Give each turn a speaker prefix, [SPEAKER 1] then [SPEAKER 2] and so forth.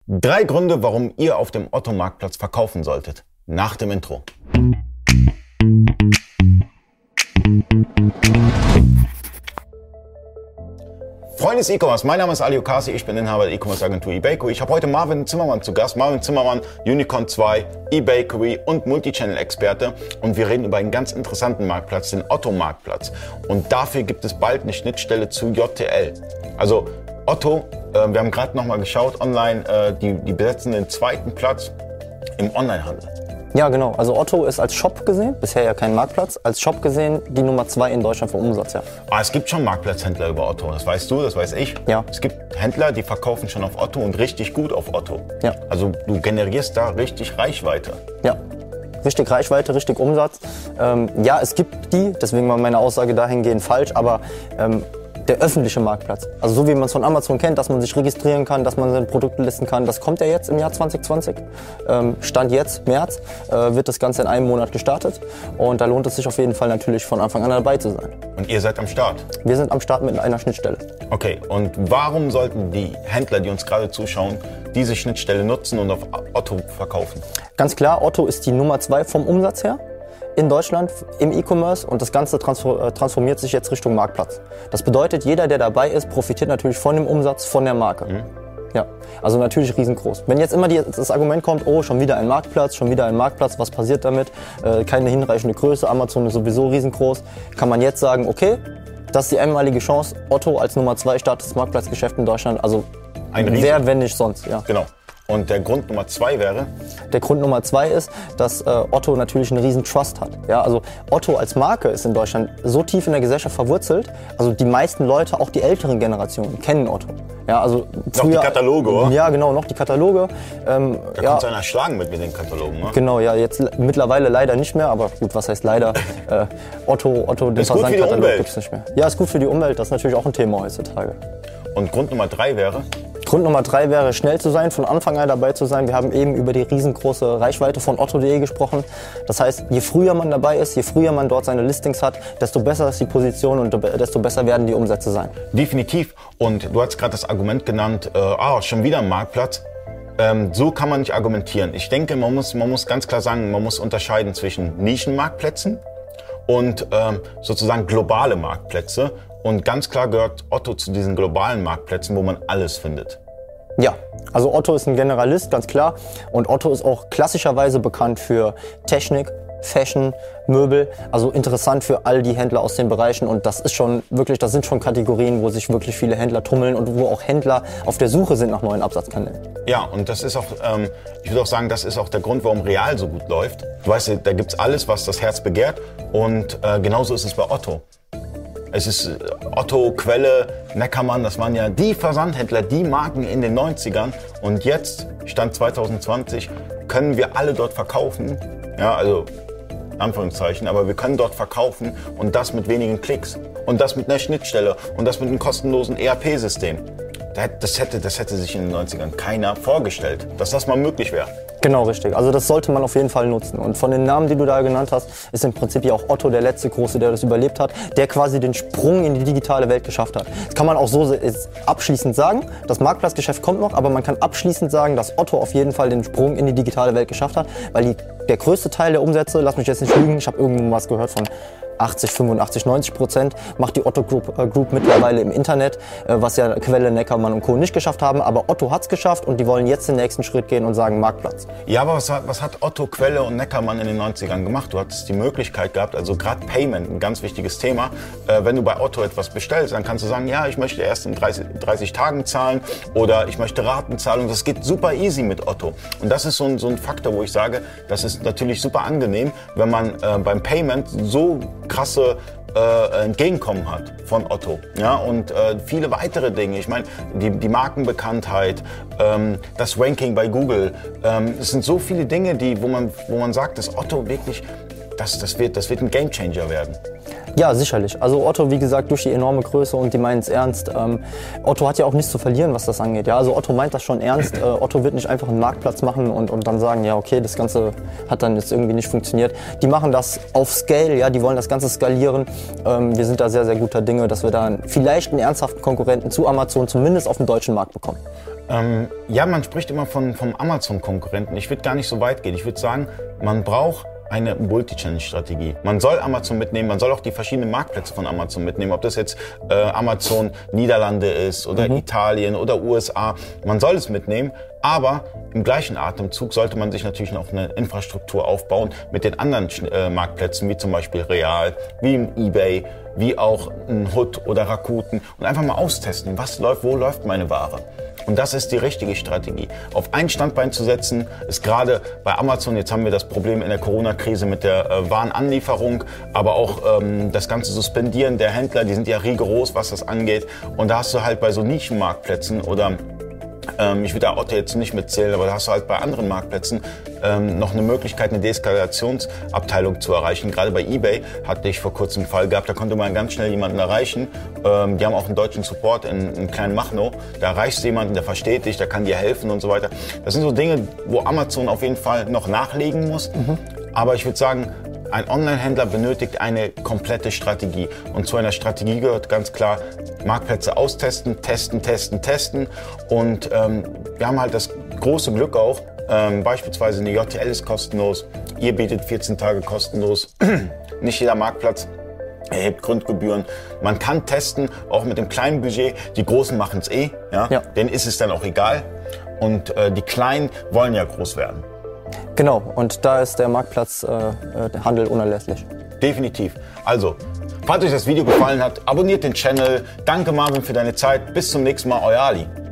[SPEAKER 1] 3 Gründe, warum ihr auf dem Otto-Marktplatz verkaufen solltet. Nach dem Intro. Freunde des E-Commerce, mein Name ist Ali Okasi, ich bin Inhaber der E-Commerce-Agentur eBakery. Ich habe heute Marvin Zimmermann zu Gast. Marvin Zimmermann, Unicorn 2, eBakery und Multichannel-Experte. Und wir reden über einen ganz interessanten Marktplatz, den Otto-Marktplatz. Und dafür gibt es bald eine Schnittstelle zu JTL. Also Otto, wir haben gerade nochmal geschaut online, die besetzen den 2. Platz im Onlinehandel.
[SPEAKER 2] Ja, genau. Also Otto ist als Shop gesehen, bisher ja kein Marktplatz, als Shop gesehen die Nummer 2 in Deutschland vom Umsatz, ja.
[SPEAKER 1] Aber es gibt schon Marktplatzhändler über Otto, das weißt du, das weiß ich.
[SPEAKER 2] Ja.
[SPEAKER 1] Es gibt Händler, die verkaufen schon auf Otto und richtig gut auf Otto.
[SPEAKER 2] Ja.
[SPEAKER 1] Also du generierst da richtig Reichweite.
[SPEAKER 2] Ja. Richtig Reichweite, richtig Umsatz. Ja, es gibt die, deswegen war meine Aussage dahingehend falsch, aber der öffentliche Marktplatz, also so wie man es von Amazon kennt, dass man sich registrieren kann, dass man seine Produkte listen kann, das kommt ja jetzt im Jahr 2020. Stand jetzt, März, wird das Ganze in einem Monat gestartet und da lohnt es sich auf jeden Fall natürlich von Anfang an dabei zu sein.
[SPEAKER 1] Und ihr seid am Start?
[SPEAKER 2] Wir sind am Start mit einer Schnittstelle.
[SPEAKER 1] Okay, und warum sollten die Händler, die uns gerade zuschauen, diese Schnittstelle nutzen und auf Otto verkaufen?
[SPEAKER 2] Ganz klar, Otto ist die Nummer 2 vom Umsatz her in Deutschland im E-Commerce und das Ganze transformiert sich jetzt Richtung Marktplatz. Das bedeutet, jeder, der dabei ist, profitiert natürlich von dem Umsatz, von der Marke. Ja, also natürlich riesengroß. Wenn jetzt immer das Argument kommt, oh, schon wieder ein Marktplatz, was passiert damit? Keine hinreichende Größe, Amazon ist sowieso riesengroß. Kann man jetzt sagen, okay, das ist die einmalige Chance, Otto als Nummer 2 startet das Marktplatzgeschäft in Deutschland. Also wer, wenn nicht sonst, ja.
[SPEAKER 1] Genau. Und der Grund Nummer 2 wäre?
[SPEAKER 2] Der Grund Nummer 2 ist, dass Otto natürlich einen riesen Trust hat. Ja, also Otto als Marke ist in Deutschland so tief in der Gesellschaft verwurzelt, also die meisten Leute, auch die älteren Generationen, kennen Otto. Ja, also früher,
[SPEAKER 1] noch die Kataloge, oder?
[SPEAKER 2] Ja, genau, noch die Kataloge.
[SPEAKER 1] Da kannst du einer schlagen mit den Katalogen, ne?
[SPEAKER 2] Genau, ja, jetzt mittlerweile leider nicht mehr, aber gut, was heißt leider? Otto, den Versandkatalog gibt es nicht mehr. Ja, ist gut für die Umwelt, das ist natürlich auch ein Thema heutzutage.
[SPEAKER 1] Und Grund Nummer 3 wäre?
[SPEAKER 2] Grund Nummer 3 wäre, schnell zu sein, von Anfang an dabei zu sein. Wir haben eben über die riesengroße Reichweite von Otto.de gesprochen. Das heißt, je früher man dabei ist, je früher man dort seine Listings hat, desto besser ist die Position und desto besser werden die Umsätze sein.
[SPEAKER 1] Definitiv. Und du hast gerade das Argument genannt, schon wieder ein Marktplatz. So kann man nicht argumentieren. Ich denke, man muss ganz klar sagen, man muss unterscheiden zwischen Nischenmarktplätzen und sozusagen globale Marktplätze. Und ganz klar gehört Otto zu diesen globalen Marktplätzen, wo man alles findet.
[SPEAKER 2] Ja, also Otto ist ein Generalist, ganz klar. Und Otto ist auch klassischerweise bekannt für Technik, Fashion, Möbel. Also interessant für all die Händler aus den Bereichen. Und das sind schon Kategorien, wo sich wirklich viele Händler tummeln und wo auch Händler auf der Suche sind nach neuen Absatzkanälen. Ja,
[SPEAKER 1] und das ist auch, ich würde auch sagen, das ist auch der Grund, warum Real so gut läuft. Du weißt, da gibt's alles, was das Herz begehrt. Und genauso ist es bei Otto. Es ist Otto, Quelle, Neckermann, das waren ja die Versandhändler, die Marken in den 90ern. Und jetzt, Stand 2020, können wir alle dort verkaufen. Ja, also Anführungszeichen, aber wir können dort verkaufen und das mit wenigen Klicks. Und das mit einer Schnittstelle und das mit einem kostenlosen ERP-System. Das hätte sich in den 90ern keiner vorgestellt, dass das mal möglich wäre.
[SPEAKER 2] Genau, richtig. Also das sollte man auf jeden Fall nutzen. Und von den Namen, die du da genannt hast, ist im Prinzip ja auch Otto der letzte Große, der das überlebt hat, der quasi den Sprung in die digitale Welt geschafft hat. Das kann man auch so abschließend sagen. Das Marktplatzgeschäft kommt noch, aber man kann abschließend sagen, dass Otto auf jeden Fall den Sprung in die digitale Welt geschafft hat, weil der größte Teil der Umsätze, lass mich jetzt nicht lügen, ich habe irgendwo was gehört von 80, 85, 90% macht die Otto Group mittlerweile im Internet, was ja Quelle, Neckermann und Co. nicht geschafft haben. Aber Otto hat's geschafft und die wollen jetzt den nächsten Schritt gehen und sagen Marktplatz.
[SPEAKER 1] Ja, aber was hat Otto, Quelle und Neckermann in den 90ern gemacht? Du hattest die Möglichkeit gehabt, also gerade Payment, ein ganz wichtiges Thema. Wenn du bei Otto etwas bestellst, dann kannst du sagen, ja, ich möchte erst in 30 Tagen zahlen oder ich möchte Ratenzahlung. Das geht super easy mit Otto. Und das ist so ein Faktor, wo ich sage, das ist natürlich super angenehm, wenn man beim Payment so krasse Entgegenkommen hat von Otto, ja, und viele weitere Dinge. Ich meine, die Markenbekanntheit, das Ranking bei Google, es sind so viele Dinge, wo man sagt, dass Otto wirklich, das wird ein Gamechanger werden.
[SPEAKER 2] Ja, sicherlich. Also Otto, wie gesagt, durch die enorme Größe und die meinen es ernst. Otto hat ja auch nichts zu verlieren, was das angeht. Ja, also Otto meint das schon ernst. Otto wird nicht einfach einen Marktplatz machen und dann sagen, ja okay, das Ganze hat dann jetzt irgendwie nicht funktioniert. Die machen das auf Scale, ja, die wollen das Ganze skalieren. Wir sind da sehr, sehr guter Dinge, dass wir da vielleicht einen ernsthaften Konkurrenten zu Amazon zumindest auf dem deutschen Markt bekommen.
[SPEAKER 1] Ja, man spricht immer vom Amazon-Konkurrenten. Ich würde gar nicht so weit gehen. Ich würde sagen, man braucht eine Multi-Channel-Strategie. Man soll Amazon mitnehmen, man soll auch die verschiedenen Marktplätze von Amazon mitnehmen, ob das jetzt Amazon Niederlande ist oder Italien oder USA. Man soll es mitnehmen, aber im gleichen Atemzug sollte man sich natürlich noch eine Infrastruktur aufbauen mit den anderen Marktplätzen, wie zum Beispiel Real, wie im eBay, wie auch ein Hood oder Rakuten und einfach mal austesten, was läuft, wo läuft meine Ware. Und das ist die richtige Strategie. Auf ein Standbein zu setzen, ist gerade bei Amazon, jetzt haben wir das Problem in der Corona-Krise mit der Warenanlieferung, aber auch das ganze Suspendieren der Händler, die sind ja rigoros, was das angeht. Und da hast du halt bei so Nischenmarktplätzen oder ich will da Otto jetzt nicht mitzählen, aber da hast du halt bei anderen Marktplätzen noch eine Möglichkeit, eine Deeskalationsabteilung zu erreichen. Gerade bei eBay hatte ich vor kurzem einen Fall gehabt, da konnte man ganz schnell jemanden erreichen. Die haben auch einen deutschen Support in kleinen Machnow. Da erreichst du jemanden, der versteht dich, der kann dir helfen und so weiter. Das sind so Dinge, wo Amazon auf jeden Fall noch nachlegen muss. Aber ich würde sagen, ein Online-Händler benötigt eine komplette Strategie. Und zu einer Strategie gehört ganz klar Marktplätze austesten, testen. Und wir haben halt das große Glück auch, beispielsweise eine JTL ist kostenlos, ihr bietet 14 Tage kostenlos, nicht jeder Marktplatz erhebt Grundgebühren. Man kann testen, auch mit dem kleinen Budget, die Großen machen es ja? Denen ist es dann auch egal. Und die Kleinen wollen ja groß werden.
[SPEAKER 2] Genau, und da ist der Marktplatz Handel unerlässlich.
[SPEAKER 1] Definitiv. Also, falls euch das Video gefallen hat, abonniert den Channel. Danke Marvin für deine Zeit. Bis zum nächsten Mal, euer Ali.